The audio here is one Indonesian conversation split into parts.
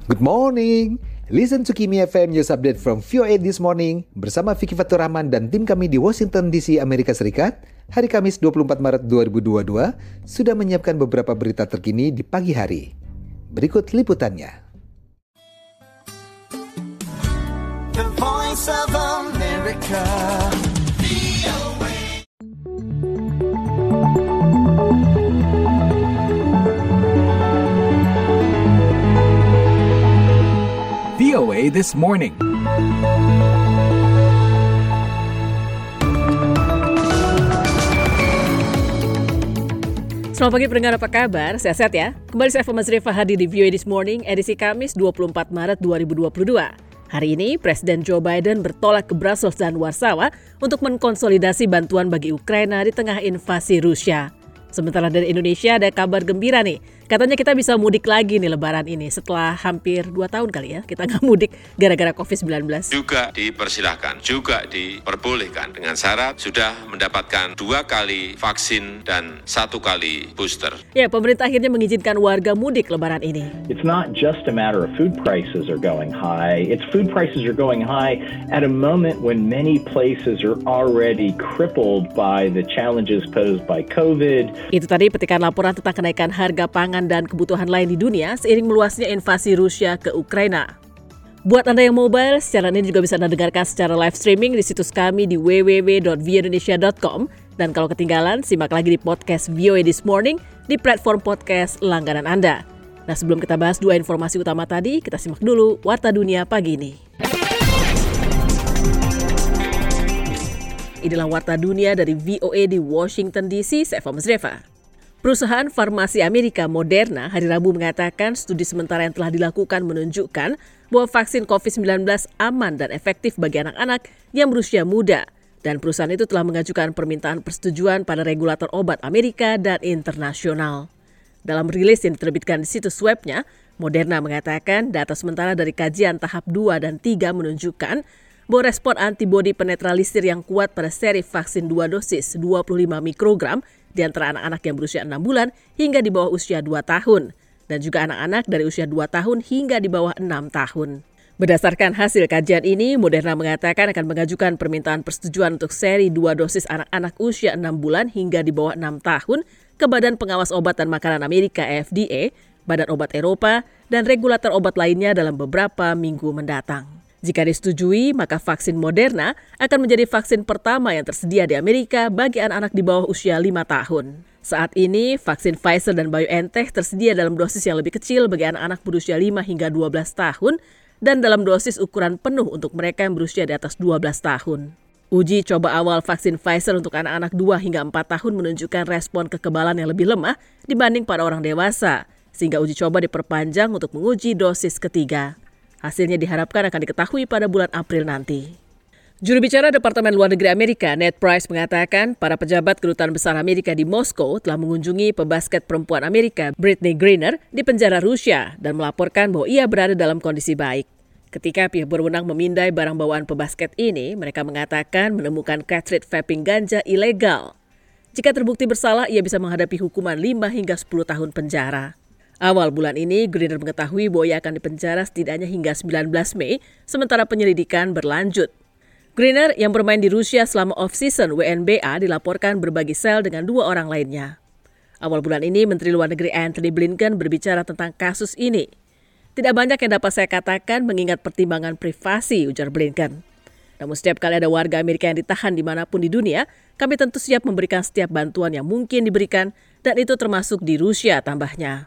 Good morning. Listen to Kimi FM News Update from VOA This Morning bersama Vicky Fatur Rahman dan tim kami di Washington DC, Amerika Serikat. Hari Kamis 24 Maret 2022 sudah menyiapkan beberapa berita terkini di pagi hari. Berikut liputannya. The Voice of America. VOA This Morning. Selamat pagi pendengar, apa kabar? Sehat-sehat ya? Kembali saya Fama Zrefa hadir di VOA This Morning, edisi Kamis 24 Maret 2022. Hari ini, Presiden Joe Biden bertolak ke Brussels dan Warsawa untuk mengkonsolidasi bantuan bagi Ukraina di tengah invasi Rusia. Sementara dari Indonesia ada kabar gembira nih. Katanya kita bisa mudik lagi nih lebaran ini setelah hampir 2 tahun kali ya kita nggak mudik gara-gara COVID-19. Juga dipersilahkan, juga diperbolehkan dengan syarat sudah mendapatkan 2 kali vaksin dan 1 kali booster. Ya, pemerintah akhirnya mengizinkan warga mudik lebaran ini. It's not just a matter of food prices are going high. It's food prices are going high at a moment when many places are already crippled by the challenges posed by COVID. Itu tadi petikan laporan tentang kenaikan harga pangan dan kebutuhan lain di dunia seiring meluasnya invasi Rusia ke Ukraina. Buat Anda yang mobile, siaran ini juga bisa Anda dengarkan secara live streaming di situs kami di www.voaindonesia.com. Dan kalau ketinggalan, simak lagi di podcast VOA This Morning di platform podcast langganan Anda. Nah, sebelum kita bahas 2 informasi utama tadi, kita simak dulu Warta Dunia pagi ini. Inilah Warta Dunia dari VOA di Washington DC, saya Fama Zrefa. Perusahaan farmasi Amerika Moderna hari Rabu mengatakan studi sementara yang telah dilakukan menunjukkan bahwa vaksin COVID-19 aman dan efektif bagi anak-anak yang berusia muda. Dan perusahaan itu telah mengajukan permintaan persetujuan pada regulator obat Amerika dan internasional. Dalam rilis yang diterbitkan di situs webnya, Moderna mengatakan data sementara dari kajian tahap 2 dan 3 menunjukkan bahwa respon antibodi penetralisir yang kuat pada seri vaksin 2 dosis 25 mikrogram di antara anak-anak yang berusia 6 bulan hingga di bawah usia 2 tahun, dan juga anak-anak dari usia 2 tahun hingga di bawah 6 tahun. Berdasarkan hasil kajian ini, Moderna mengatakan akan mengajukan permintaan persetujuan untuk seri 2 dosis anak-anak usia 6 bulan hingga di bawah 6 tahun ke Badan Pengawas Obat dan Makanan Amerika FDA, Badan Obat Eropa, dan regulator obat lainnya dalam beberapa minggu mendatang. Jika disetujui, maka vaksin Moderna akan menjadi vaksin pertama yang tersedia di Amerika bagi anak-anak di bawah usia 5 tahun. Saat ini, vaksin Pfizer dan BioNTech tersedia dalam dosis yang lebih kecil bagi anak-anak berusia 5 hingga 12 tahun dan dalam dosis ukuran penuh untuk mereka yang berusia di atas 12 tahun. Uji coba awal vaksin Pfizer untuk anak-anak 2 hingga 4 tahun menunjukkan respon kekebalan yang lebih lemah dibanding pada orang dewasa, sehingga uji coba diperpanjang untuk menguji dosis ketiga. Hasilnya diharapkan akan diketahui pada bulan April nanti. Juru bicara Departemen Luar Negeri Amerika, Ned Price, mengatakan para pejabat kedutaan besar Amerika di Moskow telah mengunjungi pebasket perempuan Amerika, Brittney Griner, di penjara Rusia dan melaporkan bahwa ia berada dalam kondisi baik. Ketika pihak berwenang memindai barang bawaan pebasket ini, mereka mengatakan menemukan cartridge vaping ganja ilegal. Jika terbukti bersalah, ia bisa menghadapi hukuman 5 hingga 10 tahun penjara. Awal bulan ini, Griner mengetahui bahwa ia akan dipenjara setidaknya hingga 19 Mei, sementara penyelidikan berlanjut. Griner yang bermain di Rusia selama off-season WNBA dilaporkan berbagi sel dengan 2 orang lainnya. Awal bulan ini, Menteri Luar Negeri Antony Blinken berbicara tentang kasus ini. Tidak banyak yang dapat saya katakan mengingat pertimbangan privasi, ujar Blinken. Namun setiap kali ada warga Amerika yang ditahan dimanapun di dunia, kami tentu siap memberikan setiap bantuan yang mungkin diberikan, dan itu termasuk di Rusia, tambahnya.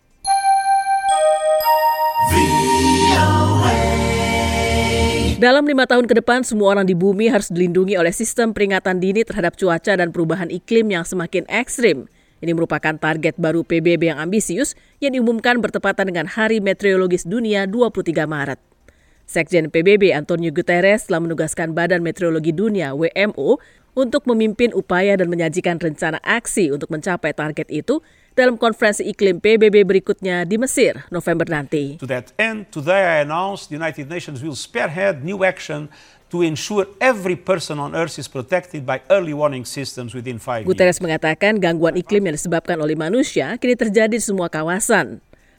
Dalam 5 tahun ke depan, semua orang di bumi harus dilindungi oleh sistem peringatan dini terhadap cuaca dan perubahan iklim yang semakin ekstrim. Ini merupakan target baru PBB yang ambisius yang diumumkan bertepatan dengan Hari Meteorologis Dunia 23 Maret. Sekjen PBB Antonio Guterres telah menugaskan Badan Meteorologi Dunia WMO untuk memimpin upaya dan menyajikan rencana aksi untuk mencapai target itu dalam konferensi iklim PBB berikutnya di Mesir November nanti. To that end, today I announced the United Nations will spearhead new action to ensure every person on Earth is protected by early warning systems within 5 years. Guterres mengatakan gangguan iklim yang disebabkan oleh manusia kini terjadi di semua kawasan.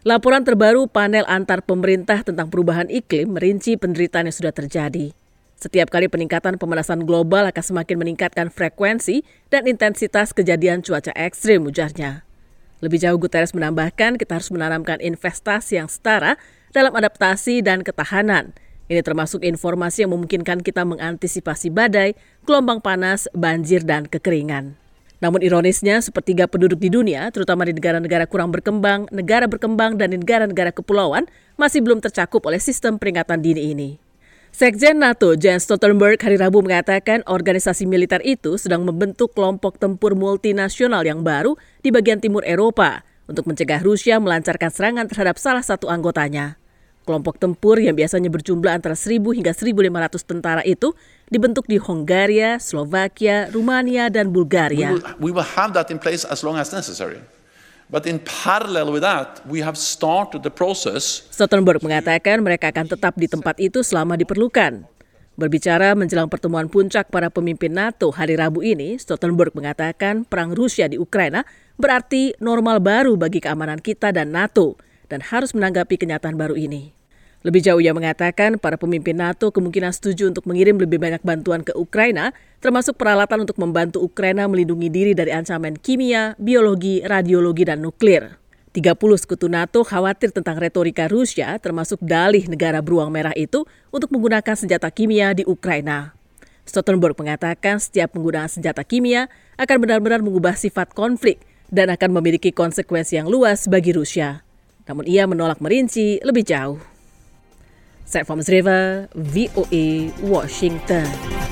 Laporan terbaru panel antar pemerintah tentang perubahan iklim merinci penderitaan yang sudah terjadi. Setiap kali peningkatan pemanasan global akan semakin meningkatkan frekuensi dan intensitas kejadian cuaca ekstrim, ujarnya. Lebih jauh, Guterres menambahkan kita harus menanamkan investasi yang setara dalam adaptasi dan ketahanan. Ini termasuk informasi yang memungkinkan kita mengantisipasi badai, gelombang panas, banjir, dan kekeringan. Namun ironisnya, sepertiga penduduk di dunia, terutama di negara-negara kurang berkembang, negara berkembang, dan di negara-negara kepulauan, masih belum tercakup oleh sistem peringatan dini ini. Sekjen NATO Jens Stoltenberg hari Rabu mengatakan organisasi militer itu sedang membentuk kelompok tempur multinasional yang baru di bagian timur Eropa untuk mencegah Rusia melancarkan serangan terhadap salah satu anggotanya. Kelompok tempur yang biasanya berjumlah antara 1.000 hingga 1.500 tentara itu dibentuk di Hongaria, Slovakia, Rumania, dan Bulgaria. We will have that in place as long as necessary. But in parallel with that, we have started the process. Stoltenberg mengatakan mereka akan tetap di tempat itu selama diperlukan. Berbicara menjelang pertemuan puncak para pemimpin NATO hari Rabu ini, Stoltenberg mengatakan perang Rusia di Ukraina berarti normal baru bagi keamanan kita dan NATO dan harus menanggapi kenyataan baru ini. Lebih jauh ia mengatakan para pemimpin NATO kemungkinan setuju untuk mengirim lebih banyak bantuan ke Ukraina, termasuk peralatan untuk membantu Ukraina melindungi diri dari ancaman kimia, biologi, radiologi, dan nuklir. 30 sekutu NATO khawatir tentang retorika Rusia, termasuk dalih negara beruang merah itu untuk menggunakan senjata kimia di Ukraina. Stoltenberg mengatakan setiap penggunaan senjata kimia akan benar-benar mengubah sifat konflik dan akan memiliki konsekuensi yang luas bagi Rusia. Namun ia menolak merinci lebih jauh. Saya Fahmi Zreva, VOA, Washington.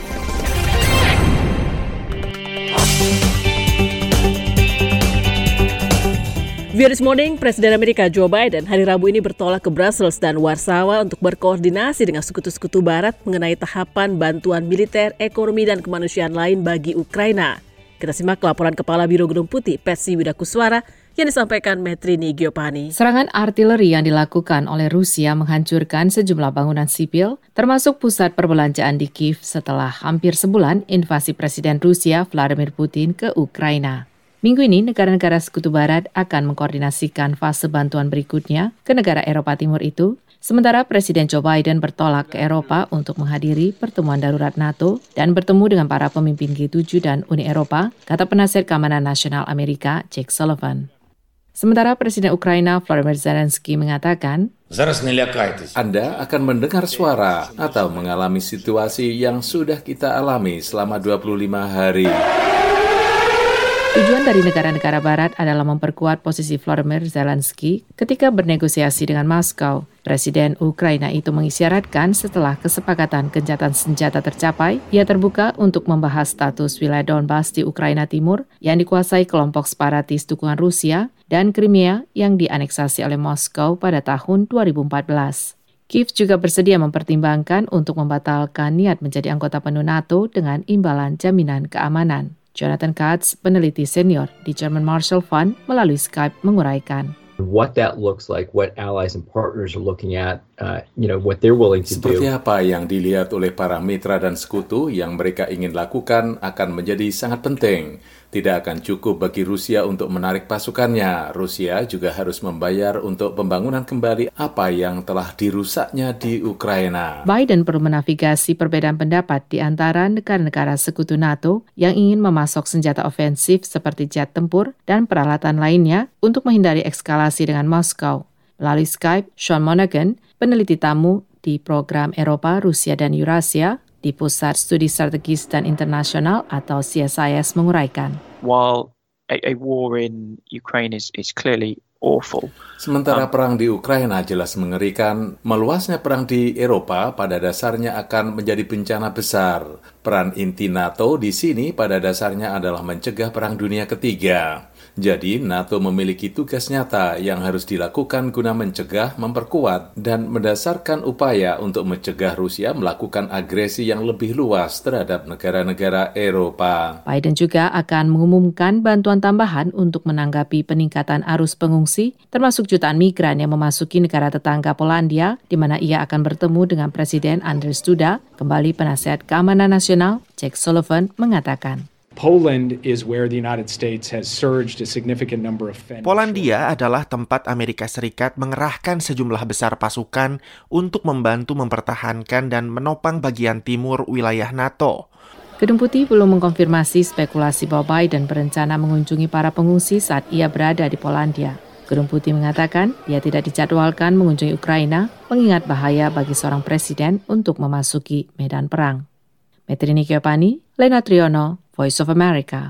VOA This Morning, Presiden Amerika Joe Biden hari Rabu ini bertolak ke Brussels dan Warsawa untuk berkoordinasi dengan sekutu-sekutu Barat mengenai tahapan bantuan militer, ekonomi, dan kemanusiaan lain bagi Ukraina. Kita simak laporan Kepala Biro Gedung Putih, Patsy Widakuswara, yang disampaikan Metrini Giovanni. Serangan artileri yang dilakukan oleh Rusia menghancurkan sejumlah bangunan sipil, termasuk pusat perbelanjaan di Kiev setelah hampir sebulan invasi Presiden Rusia Vladimir Putin ke Ukraina. Minggu ini, negara-negara sekutu Barat akan mengkoordinasikan fase bantuan berikutnya ke negara Eropa Timur itu, sementara Presiden Joe Biden bertolak ke Eropa untuk menghadiri pertemuan darurat NATO dan bertemu dengan para pemimpin G7 dan Uni Eropa, kata penasihat Keamanan Nasional Amerika Jake Sullivan. Sementara Presiden Ukraina Volodymyr Zelensky mengatakan, Anda akan mendengar suara atau mengalami situasi yang sudah kita alami selama 25 hari. Tujuan dari negara-negara Barat adalah memperkuat posisi Volodymyr Zelensky ketika bernegosiasi dengan Moskow. Presiden Ukraina itu mengisyaratkan setelah kesepakatan gencatan senjata tercapai, ia terbuka untuk membahas status wilayah Donbas di Ukraina Timur yang dikuasai kelompok separatis dukungan Rusia dan Crimea yang dianeksasi oleh Moskow pada tahun 2014. Kiev juga bersedia mempertimbangkan untuk membatalkan niat menjadi anggota penuh NATO dengan imbalan jaminan keamanan. Jonathan Katz, peneliti senior di German Marshall Fund, melalui Skype menguraikan. What that looks like, what allies and partners are looking at, what they're willing to do. Seperti apa yang dilihat oleh para mitra dan sekutu yang mereka ingin lakukan akan menjadi sangat penting. Tidak akan cukup bagi Rusia untuk menarik pasukannya. Rusia juga harus membayar untuk pembangunan kembali apa yang telah dirusaknya di Ukraina. Biden perlu menavigasi perbedaan pendapat di antara negara-negara sekutu NATO yang ingin memasok senjata ofensif seperti jet tempur dan peralatan lainnya untuk menghindari eskalasi dengan Moskow. Melalui Skype, Sean Monaghan, peneliti tamu di program Eropa, Rusia, dan Eurasia, di Pusat Studi Strategis dan Internasional atau CSIS menguraikan. While a war in Ukraine is clearly awful. Sementara perang di Ukraina jelas mengerikan, meluasnya perang di Eropa pada dasarnya akan menjadi bencana besar. Peran inti NATO di sini pada dasarnya adalah mencegah perang dunia ketiga. Jadi, NATO memiliki tugas nyata yang harus dilakukan guna mencegah, memperkuat, dan mendasarkan upaya untuk mencegah Rusia melakukan agresi yang lebih luas terhadap negara-negara Eropa. Biden juga akan mengumumkan bantuan tambahan untuk menanggapi peningkatan arus pengungsi, termasuk jutaan migran yang memasuki negara tetangga Polandia, di mana ia akan bertemu dengan Presiden Andrzej Duda. Kembali penasihat Keamanan Nasional, Jake Sullivan, mengatakan. Poland is where the United States has surged a significant number of Polandia adalah tempat Amerika Serikat mengerahkan sejumlah besar pasukan untuk membantu mempertahankan dan menopang bagian timur wilayah NATO. Gedung Putih belum mengkonfirmasi spekulasi bahwa Biden berencana mengunjungi para pengungsi saat ia berada di Polandia. Gedung Putih mengatakan dia tidak dijadwalkan mengunjungi Ukraina, mengingat bahaya bagi seorang presiden untuk memasuki medan perang. Metrini Kiopani, Lena Triono, Voice of America.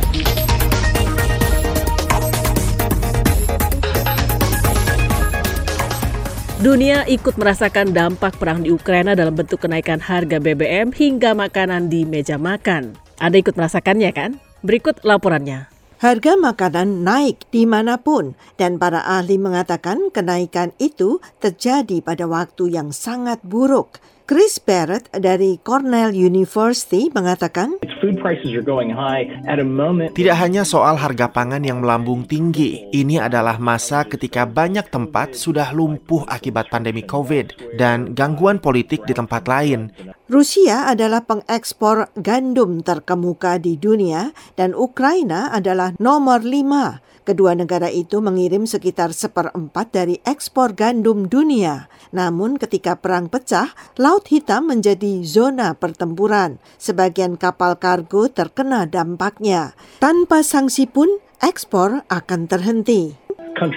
Dunia ikut merasakan dampak perang di Ukraina dalam bentuk kenaikan harga BBM hingga makanan di meja makan. Anda ikut merasakannya kan? Berikut laporannya. Harga makanan naik dimanapun dan para ahli mengatakan kenaikan itu terjadi pada waktu yang sangat buruk. Chris Barrett dari Cornell University mengatakan, tidak hanya soal harga pangan yang melambung tinggi, ini adalah masa ketika banyak tempat sudah lumpuh akibat pandemi COVID dan gangguan politik di tempat lain. Rusia adalah pengekspor gandum terkemuka di dunia dan Ukraina adalah nomor 5. Kedua negara itu mengirim sekitar 1/4 dari ekspor gandum dunia. Namun ketika perang pecah, Laut Hitam menjadi zona pertempuran. Sebagian kapal kargo terkena dampaknya. Tanpa sanksi pun, ekspor akan terhenti.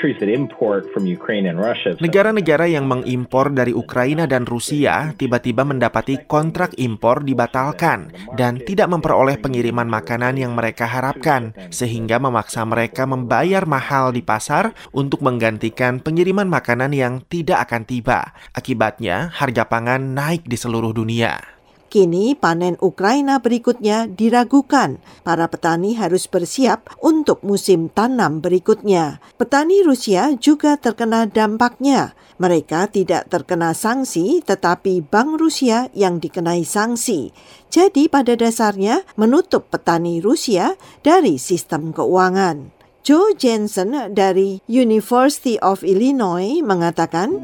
Negara-negara yang mengimpor dari Ukraina dan Rusia tiba-tiba mendapati kontrak impor dibatalkan dan tidak memperoleh pengiriman makanan yang mereka harapkan, sehingga memaksa mereka membayar mahal di pasar untuk menggantikan pengiriman makanan yang tidak akan tiba. Akibatnya, harga pangan naik di seluruh dunia. Kini panen Ukraina berikutnya diragukan. Para petani harus bersiap untuk musim tanam berikutnya. Petani Rusia juga terkena dampaknya. Mereka tidak terkena sanksi, tetapi Bank Rusia yang dikenai sanksi. Jadi pada dasarnya menutup petani Rusia dari sistem keuangan. Joe Jensen dari University of Illinois mengatakan,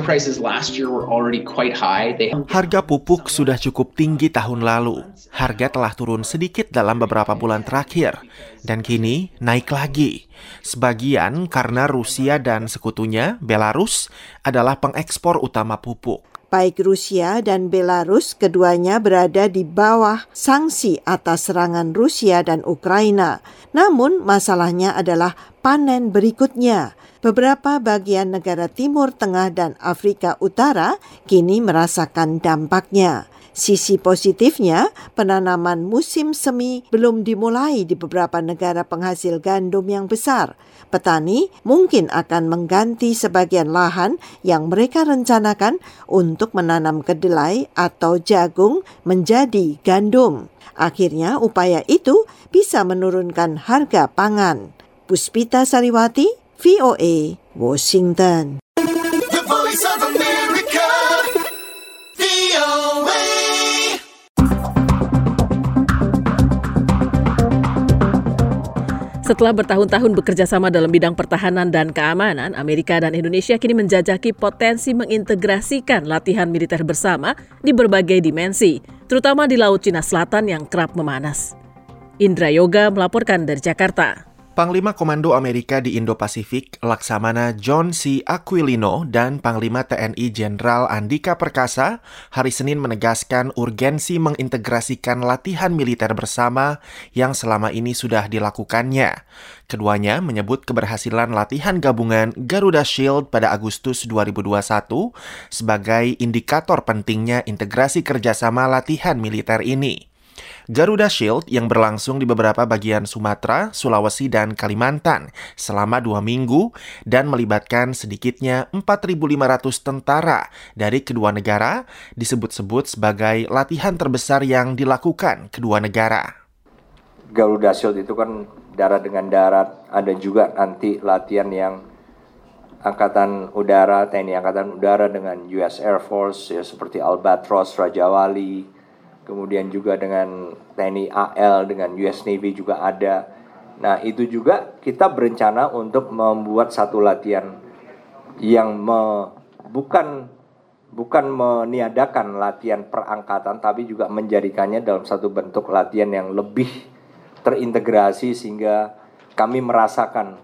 harga pupuk sudah cukup tinggi tahun lalu. Harga telah turun sedikit dalam beberapa bulan terakhir, dan kini naik lagi. Sebagian karena Rusia dan sekutunya, Belarus, adalah pengekspor utama pupuk. Baik Rusia dan Belarus, keduanya berada di bawah sanksi atas serangan Rusia dan Ukraina. Namun masalahnya adalah panen berikutnya. Beberapa bagian negara Timur Tengah dan Afrika Utara kini merasakan dampaknya. Sisi positifnya, penanaman musim semi belum dimulai di beberapa negara penghasil gandum yang besar. Petani mungkin akan mengganti sebagian lahan yang mereka rencanakan untuk menanam kedelai atau jagung menjadi gandum. Akhirnya upaya itu bisa menurunkan harga pangan. Puspita Sariwati, VOA, Washington. The Voice of America, VOA. Setelah bertahun-tahun bekerja sama dalam bidang pertahanan dan keamanan, Amerika dan Indonesia kini menjajaki potensi mengintegrasikan latihan militer bersama di berbagai dimensi, terutama di Laut Cina Selatan yang kerap memanas. Indra Yoga melaporkan dari Jakarta. Panglima Komando Amerika di Indo-Pasifik, Laksamana John C. Aquilino dan Panglima TNI Jenderal Andika Perkasa hari Senin menegaskan urgensi mengintegrasikan latihan militer bersama yang selama ini sudah dilakukannya. Keduanya menyebut keberhasilan latihan gabungan Garuda Shield pada Agustus 2021 sebagai indikator pentingnya integrasi kerjasama latihan militer ini. Garuda Shield yang berlangsung di beberapa bagian Sumatera, Sulawesi, dan Kalimantan selama 2 minggu dan melibatkan sedikitnya 4.500 tentara dari kedua negara disebut-sebut sebagai latihan terbesar yang dilakukan kedua negara. Garuda Shield itu kan darat dengan darat, ada juga nanti latihan yang Angkatan Udara, TNI Angkatan Udara dengan US Air Force ya, seperti Albatros, Raja Wali. Kemudian juga dengan TNI AL, dengan US Navy juga ada. Nah itu juga kita berencana untuk membuat satu latihan yang bukan meniadakan latihan perangkatan, tapi juga menjadikannya dalam satu bentuk latihan yang lebih terintegrasi sehingga kami merasakan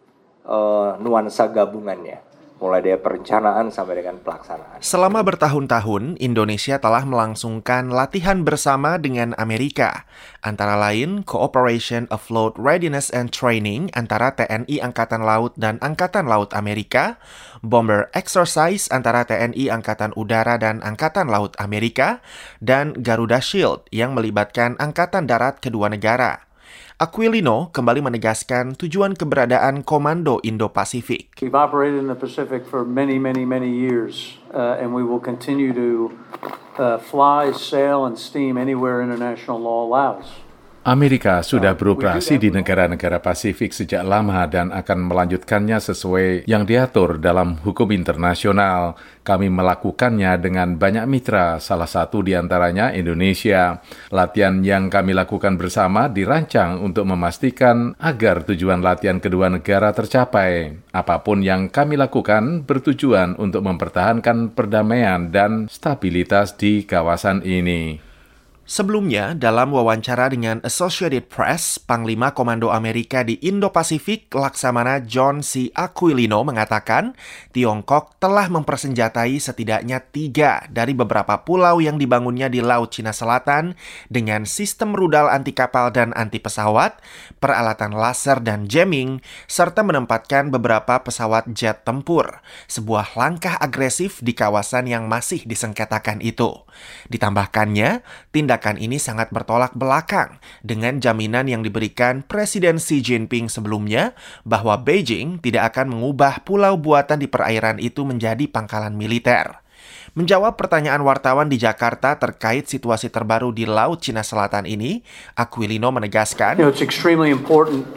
nuansa gabungannya, mulai dari perencanaan sampai dengan pelaksanaan. Selama bertahun-tahun, Indonesia telah melangsungkan latihan bersama dengan Amerika, antara lain Cooperation Afloat Readiness and Training antara TNI Angkatan Laut dan Angkatan Laut Amerika, Bomber Exercise antara TNI Angkatan Udara dan Angkatan Laut Amerika, dan Garuda Shield yang melibatkan Angkatan Darat kedua negara. Aquilino kembali menegaskan tujuan keberadaan Komando Indo-Pasifik. We've operated in the Pacific for many years, and we will continue to fly, sail, and steam anywhere international law allows. Amerika sudah beroperasi di negara-negara Pasifik sejak lama dan akan melanjutkannya sesuai yang diatur dalam hukum internasional. Kami melakukannya dengan banyak mitra, salah satu di antaranya Indonesia. Latihan yang kami lakukan bersama dirancang untuk memastikan agar tujuan latihan kedua negara tercapai. Apapun yang kami lakukan bertujuan untuk mempertahankan perdamaian dan stabilitas di kawasan ini. Sebelumnya, dalam wawancara dengan Associated Press, Panglima Komando Amerika di Indo-Pasifik, Laksamana John C. Aquilino mengatakan Tiongkok telah mempersenjatai setidaknya 3 dari beberapa pulau yang dibangunnya di Laut Cina Selatan dengan sistem rudal anti kapal dan anti pesawat, peralatan laser dan jamming, serta menempatkan beberapa pesawat jet tempur, sebuah langkah agresif di kawasan yang masih disengketakan itu. Ditambahkannya, tindakan ini sangat bertolak belakang dengan jaminan yang diberikan Presiden Xi Jinping sebelumnya bahwa Beijing tidak akan mengubah pulau buatan di perairan itu menjadi pangkalan militer. Menjawab pertanyaan wartawan di Jakarta terkait situasi terbaru di Laut Cina Selatan ini, Aquilino menegaskan, It's extremely important.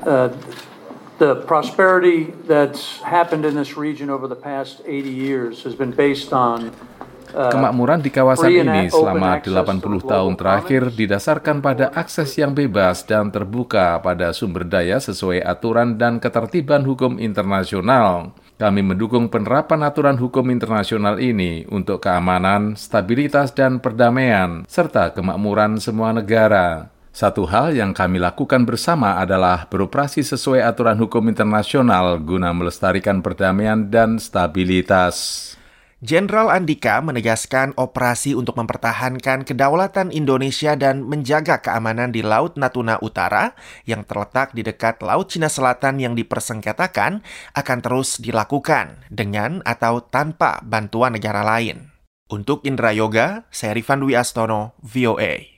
The prosperity that's happened in this region over the past 80 years has been based on kemakmuran di kawasan ini selama 80 tahun terakhir didasarkan pada akses yang bebas dan terbuka pada sumber daya sesuai aturan dan ketertiban hukum internasional. Kami mendukung penerapan aturan hukum internasional ini untuk keamanan, stabilitas, dan perdamaian, serta kemakmuran semua negara. Satu hal yang kami lakukan bersama adalah beroperasi sesuai aturan hukum internasional guna melestarikan perdamaian dan stabilitas. Jenderal Andika menegaskan operasi untuk mempertahankan kedaulatan Indonesia dan menjaga keamanan di Laut Natuna Utara yang terletak di dekat Laut Cina Selatan yang dipersengketakan akan terus dilakukan dengan atau tanpa bantuan negara lain. Untuk Indra Yoga, saya Rifan Dwi Astono, VOA.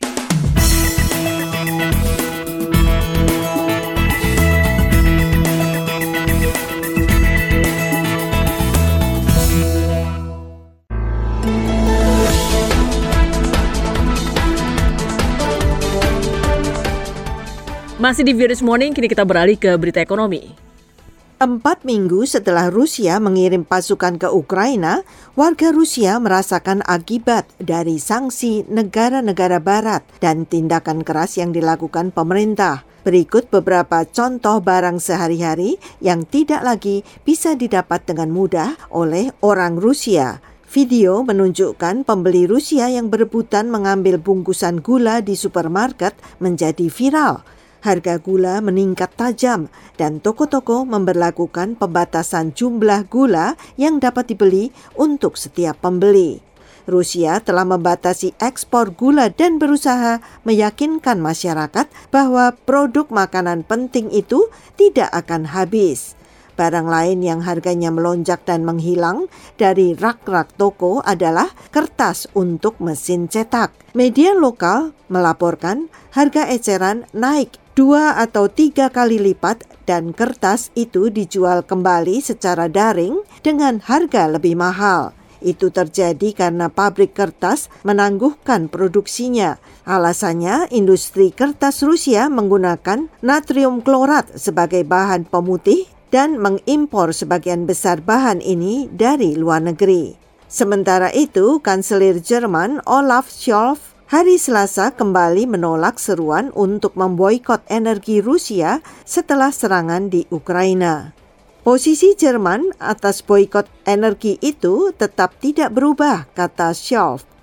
Masih di VOA This Morning, kini kita beralih ke berita ekonomi. 4 minggu setelah Rusia mengirim pasukan ke Ukraina, warga Rusia merasakan akibat dari sanksi negara-negara barat dan tindakan keras yang dilakukan pemerintah. Berikut beberapa contoh barang sehari-hari yang tidak lagi bisa didapat dengan mudah oleh orang Rusia. Video menunjukkan pembeli Rusia yang berebutan mengambil bungkusan gula di supermarket menjadi viral. Harga gula meningkat tajam dan toko-toko memberlakukan pembatasan jumlah gula yang dapat dibeli untuk setiap pembeli. Rusia telah membatasi ekspor gula dan berusaha meyakinkan masyarakat bahwa produk makanan penting itu tidak akan habis. Barang lain yang harganya melonjak dan menghilang dari rak-rak toko adalah kertas untuk mesin cetak. Media lokal melaporkan harga eceran naik 2 atau 3 kali lipat dan kertas itu dijual kembali secara daring dengan harga lebih mahal. Itu terjadi karena pabrik kertas menangguhkan produksinya. Alasannya, industri kertas Rusia menggunakan natrium klorat sebagai bahan pemutih dan mengimpor sebagian besar bahan ini dari luar negeri. Sementara itu, Kanselir Jerman Olaf Scholz hari Selasa kembali menolak seruan untuk memboikot energi Rusia setelah serangan di Ukraina. Posisi Jerman atas boikot energi itu tetap tidak berubah, kata Scholz.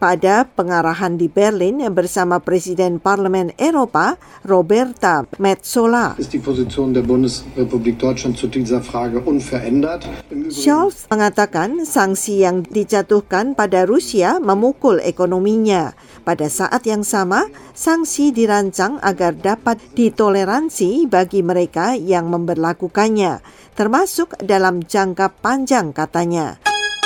pada pengarahan di Berlin bersama Presiden Parlemen Eropa, Roberta Metsola. Ist die Position der Bundesrepublik Deutschland zu dieser Frage unverändert? Scholz mengatakan sanksi yang dijatuhkan pada Rusia memukul ekonominya. Pada saat yang sama, sanksi dirancang agar dapat ditoleransi bagi mereka yang memberlakukannya, termasuk dalam jangka panjang, katanya.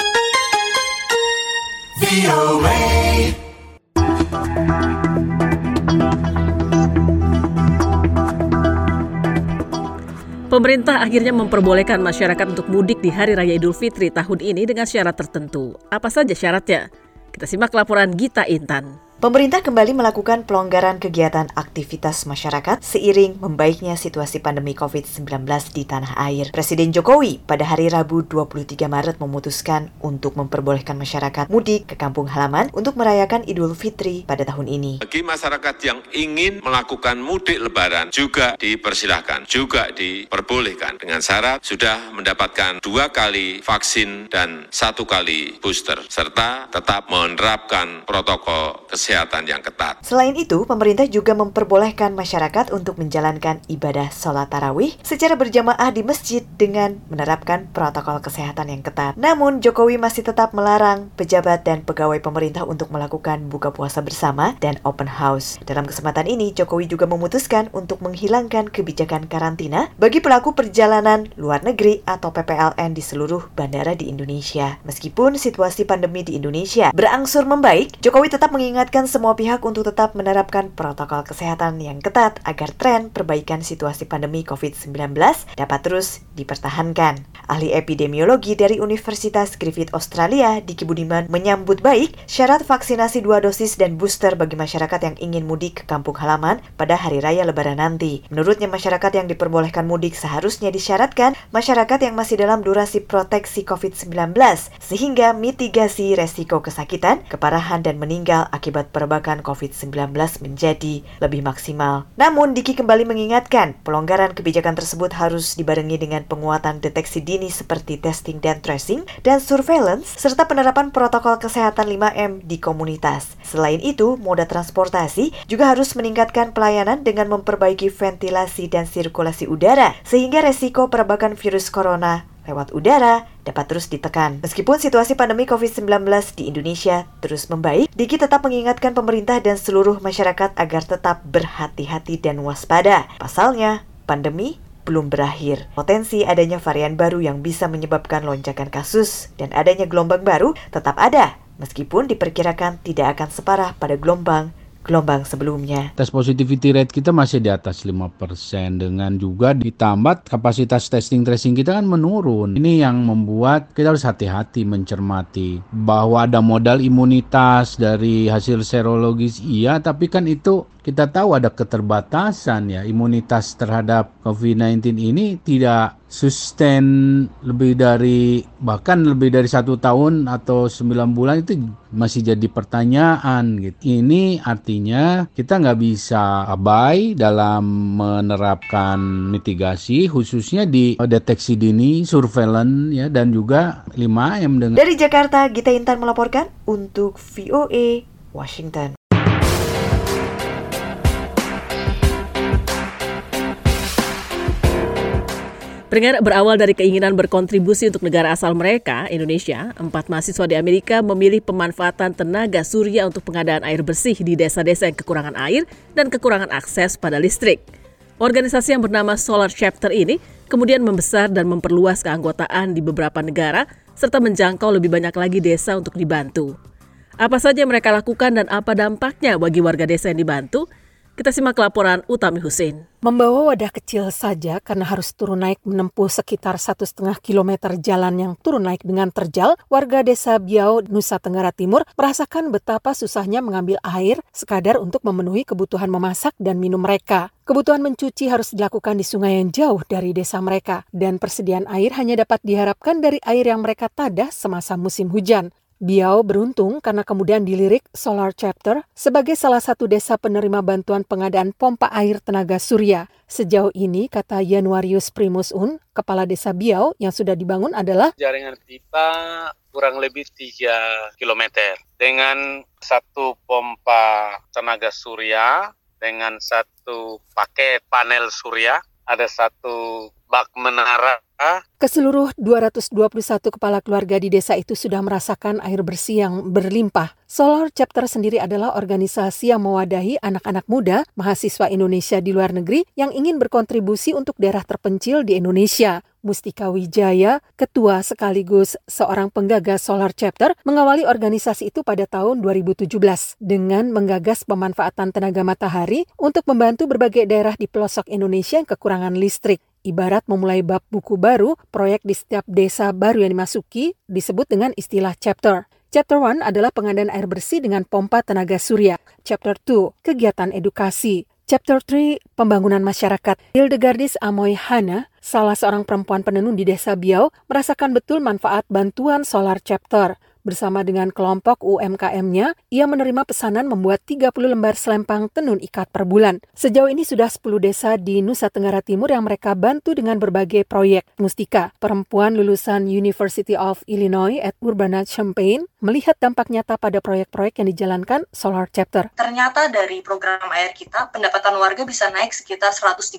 Pemerintah akhirnya memperbolehkan masyarakat untuk mudik di Hari Raya Idul Fitri tahun ini dengan syarat tertentu. Apa saja syaratnya? Kita simak laporan Gita Intan. Pemerintah kembali melakukan pelonggaran kegiatan aktivitas masyarakat seiring membaiknya situasi pandemi COVID-19 di tanah air. Presiden Jokowi pada hari Rabu 23 Maret memutuskan untuk memperbolehkan masyarakat mudik ke kampung halaman untuk merayakan Idul Fitri pada tahun ini. Bagi masyarakat yang ingin melakukan mudik lebaran juga dipersilahkan, juga diperbolehkan dengan syarat sudah mendapatkan 2 kali vaksin dan 1 kali booster, serta tetap menerapkan protokol kesehatan yang ketat. Selain itu, pemerintah juga memperbolehkan masyarakat untuk menjalankan ibadah sholat tarawih secara berjamaah di masjid dengan menerapkan protokol kesehatan yang ketat. Namun, Jokowi masih tetap melarang pejabat dan pegawai pemerintah untuk melakukan buka puasa bersama dan open house. Dalam kesempatan ini, Jokowi juga memutuskan untuk menghilangkan kebijakan karantina bagi pelaku perjalanan luar negeri atau PPLN di seluruh bandara di Indonesia. Meskipun situasi pandemi di Indonesia berangsur membaik, Jokowi tetap mengingatkan semua pihak untuk tetap menerapkan protokol kesehatan yang ketat agar tren perbaikan situasi pandemi COVID-19 dapat terus dipertahankan. Ahli epidemiologi dari Universitas Griffith Australia, Diki Budiman, menyambut baik syarat vaksinasi 2 dosis dan booster bagi masyarakat yang ingin mudik ke kampung halaman pada Hari Raya Lebaran nanti. Menurutnya, masyarakat yang diperbolehkan mudik seharusnya disyaratkan masyarakat yang masih dalam durasi proteksi COVID-19 sehingga mitigasi resiko kesakitan, keparahan, dan meninggal akibat perbakan COVID-19 menjadi lebih maksimal. Namun, Diki kembali mengingatkan, pelonggaran kebijakan tersebut harus dibarengi dengan penguatan deteksi dini seperti testing dan tracing dan surveillance, serta penerapan protokol kesehatan 5M di komunitas. Selain itu, moda transportasi juga harus meningkatkan pelayanan dengan memperbaiki ventilasi dan sirkulasi udara, sehingga resiko perbakan virus corona lewat udara dapat terus ditekan. Meskipun situasi pandemi COVID-19 di Indonesia terus membaik, Diki tetap mengingatkan pemerintah dan seluruh masyarakat agar tetap berhati-hati dan waspada. Pasalnya, pandemi belum berakhir. Potensi adanya varian baru yang bisa menyebabkan lonjakan kasus dan adanya gelombang baru tetap ada, meskipun diperkirakan tidak akan separah pada gelombang sebelumnya. Tes positivity rate kita masih di atas 5% dengan juga ditambah kapasitas testing tracing kita kan menurun. Ini yang membuat kita harus hati-hati mencermati bahwa ada modal imunitas dari hasil serologis, iya, tapi kan itu kita tahu ada keterbatasan ya. Imunitas terhadap COVID-19 ini tidak sustain bahkan lebih dari 1 tahun atau 9 bulan, itu masih jadi pertanyaan gitu. Ini artinya kita nggak bisa abai dalam menerapkan mitigasi, khususnya di deteksi dini, surveillance ya, dan juga 5M dengan. Dari Jakarta, Gita Intan melaporkan untuk VOA Washington. Pendengar, berawal dari keinginan berkontribusi untuk negara asal mereka, Indonesia, 4 mahasiswa di Amerika memilih pemanfaatan tenaga surya untuk pengadaan air bersih di desa-desa yang kekurangan air dan kekurangan akses pada listrik. Organisasi yang bernama Solar Chapter ini kemudian membesar dan memperluas keanggotaan di beberapa negara serta menjangkau lebih banyak lagi desa untuk dibantu. Apa saja yang mereka lakukan dan apa dampaknya bagi warga desa yang dibantu? Kita simak laporan Utami Husin. Membawa wadah kecil saja karena harus turun naik menempuh sekitar 1,5 kilometer jalan yang turun naik dengan terjal, warga desa Biau, Nusa Tenggara Timur merasakan betapa susahnya mengambil air sekadar untuk memenuhi kebutuhan memasak dan minum mereka. Kebutuhan mencuci harus dilakukan di sungai yang jauh dari desa mereka, dan persediaan air hanya dapat diharapkan dari air yang mereka tadah semasa musim hujan. Biau beruntung karena kemudian dilirik Solar Chapter sebagai salah satu desa penerima bantuan pengadaan pompa air tenaga surya. Sejauh ini, kata Januarius Primus Un, kepala desa Biau, yang sudah dibangun adalah jaringan kita kurang lebih 3 km dengan satu pompa tenaga surya, dengan satu paket panel surya, ada satu bak menara. Keseluruh 221 kepala keluarga di desa itu sudah merasakan air bersih yang berlimpah. Solar Chapter sendiri adalah organisasi yang mewadahi anak-anak muda, mahasiswa Indonesia di luar negeri yang ingin berkontribusi untuk daerah terpencil di Indonesia. Mustika Wijaya, ketua sekaligus seorang penggagas Solar Chapter, mengawali organisasi itu pada tahun 2017 dengan menggagas pemanfaatan tenaga matahari untuk membantu berbagai daerah di pelosok Indonesia yang kekurangan listrik. Ibarat memulai bab buku baru, proyek di setiap desa baru yang dimasuki disebut dengan istilah chapter. Chapter 1 adalah pengadaan air bersih dengan pompa tenaga surya. Chapter 2, kegiatan edukasi. Chapter 3, pembangunan masyarakat. Hildegardis Amoy Hana, salah seorang perempuan penenun di desa Biau, merasakan betul manfaat bantuan Solar Chapter. Bersama dengan kelompok UMKM-nya, ia menerima pesanan membuat 30 lembar selempang tenun ikat per bulan. Sejauh ini sudah 10 desa di Nusa Tenggara Timur yang mereka bantu dengan berbagai proyek. Mustika, perempuan lulusan University of Illinois at Urbana-Champaign, melihat dampak nyata pada proyek-proyek yang dijalankan Solar Chapter. Ternyata dari program AIR kita, pendapatan warga bisa naik sekitar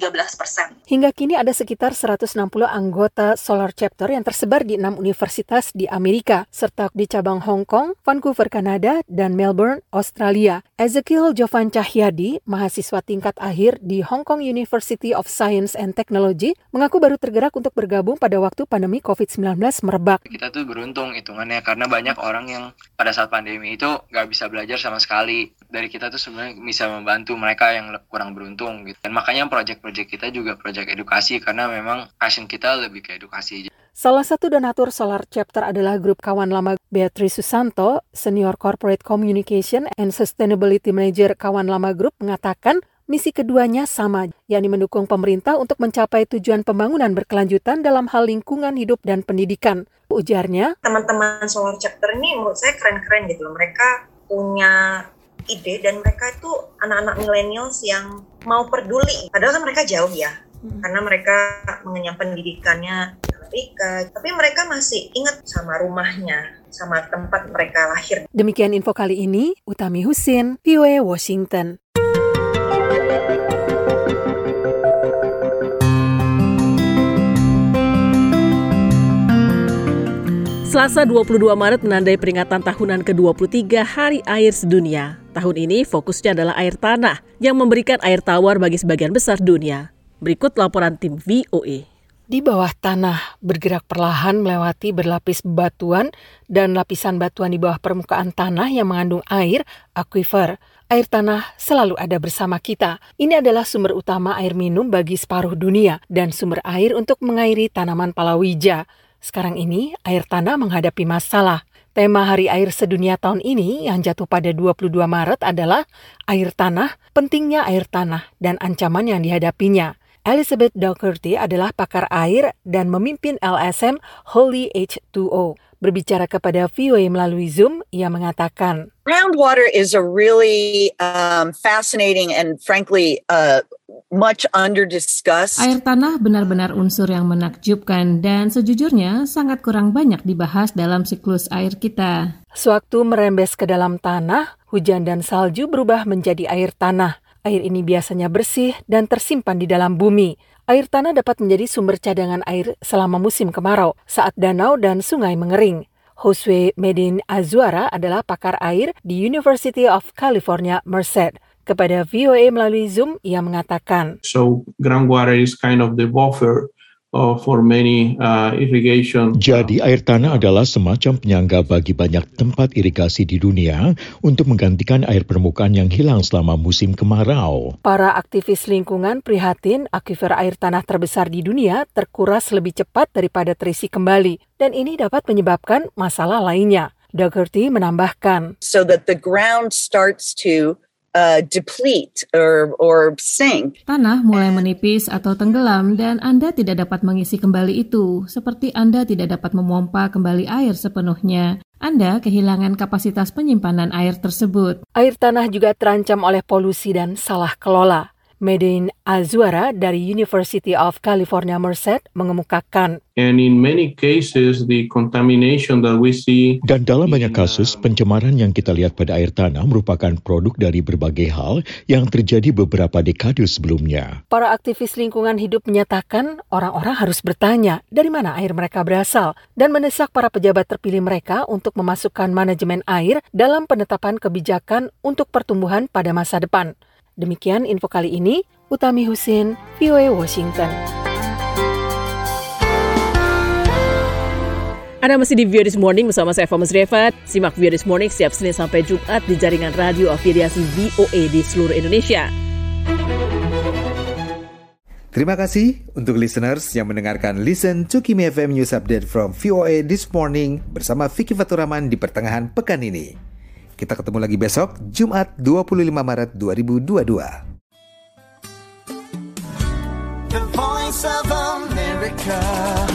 113%. Hingga kini ada sekitar 160 anggota Solar Chapter yang tersebar di 6 universitas di Amerika, serta di cabang Hong Kong, Vancouver, Kanada, dan Melbourne, Australia. Ezekiel Jovan Cahyadi, mahasiswa tingkat akhir di Hong Kong University of Science and Technology, mengaku baru tergerak untuk bergabung pada waktu pandemi COVID-19 merebak. Kita tuh beruntung hitungannya karena banyak orang yang pada saat pandemi itu nggak bisa belajar sama sekali. Dari kita tuh sebenarnya bisa membantu mereka yang kurang beruntung gitu. Dan makanya proyek-proyek kita juga proyek edukasi karena memang passion kita lebih ke edukasi. Salah satu donatur Solar Chapter adalah grup kawan lama Beatrice Susanto, Senior Corporate Communication and Sustainability Manager kawan lama grup, mengatakan misi keduanya sama, yakni mendukung pemerintah untuk mencapai tujuan pembangunan berkelanjutan dalam hal lingkungan hidup dan pendidikan. Ujarnya, teman-teman Solar Chapter ini menurut saya keren-keren gitu loh. Mereka punya ide dan mereka itu anak-anak millennials yang mau peduli. Padahal kan mereka jauh ya, karena mereka mengenyam pendidikannya Amerika, tapi mereka masih ingat sama rumahnya, sama tempat mereka lahir. Demikian info kali ini, Utami Husin, VOA Washington. Selasa 22 Maret menandai peringatan tahunan ke-23 Hari Air Sedunia. Tahun ini fokusnya adalah air tanah yang memberikan air tawar bagi sebagian besar dunia. Berikut laporan tim VOA. Di bawah tanah, bergerak perlahan melewati berlapis batuan dan lapisan batuan di bawah permukaan tanah yang mengandung air, aquifer. Air tanah selalu ada bersama kita. Ini adalah sumber utama air minum bagi separuh dunia dan sumber air untuk mengairi tanaman palawija. Sekarang ini, air tanah menghadapi masalah. Tema Hari Air Sedunia tahun ini yang jatuh pada 22 Maret adalah air tanah, pentingnya air tanah, dan ancaman yang dihadapinya. Elizabeth Dougherty adalah pakar air dan memimpin LSM Holy H2O. Berbicara kepada VOA melalui Zoom, ia mengatakan, groundwater is a really fascinating and frankly much under-discussed. Air tanah benar-benar unsur yang menakjubkan dan sejujurnya sangat kurang banyak dibahas dalam siklus air kita. Sewaktu merembes ke dalam tanah, hujan dan salju berubah menjadi air tanah. Air ini biasanya bersih dan tersimpan di dalam bumi. Air tanah dapat menjadi sumber cadangan air selama musim kemarau saat danau dan sungai mengering. Josue Medin Azuara adalah pakar air di University of California, Merced. Kepada VOA melalui Zoom, ia mengatakan, So groundwater is kind of the buffer for many irrigation. Jadi air tanah adalah semacam penyangga bagi banyak tempat irigasi di dunia untuk menggantikan air permukaan yang hilang selama musim kemarau. Para aktivis lingkungan prihatin aquifer air tanah terbesar di dunia terkuras lebih cepat daripada terisi kembali, dan ini dapat menyebabkan masalah lainnya. Dougherty menambahkan, So that the ground starts to deplete or sink. Tanah mulai menipis atau tenggelam dan Anda tidak dapat mengisi kembali itu, seperti Anda tidak dapat memompa kembali air sepenuhnya. Anda kehilangan kapasitas penyimpanan air tersebut. Air tanah juga terancam oleh polusi dan salah kelola. Medin Azuara dari University of California Merced mengemukakan. And in many cases, the contamination that we see. Dan dalam banyak kasus, pencemaran yang kita lihat pada air tanah merupakan produk dari berbagai hal yang terjadi beberapa dekade sebelumnya. Para aktivis lingkungan hidup menyatakan orang-orang harus bertanya dari mana air mereka berasal dan mendesak para pejabat terpilih mereka untuk memasukkan manajemen air dalam penetapan kebijakan untuk pertumbuhan pada masa depan. Demikian info kali ini, Utami Husin, VOA Washington. Anda masih di VOA This Morning bersama saya Eva Masreva. Simak VOA This Morning setiap Senin sampai Jumat di jaringan radio afiliasi VOA di seluruh Indonesia. Terima kasih untuk listeners yang mendengarkan Listen to Kimi FM News Update from VOA This Morning bersama Vicky Faturaman di pertengahan pekan ini. Kita ketemu lagi besok, Jumat 25 Maret 2022. The Voice of America.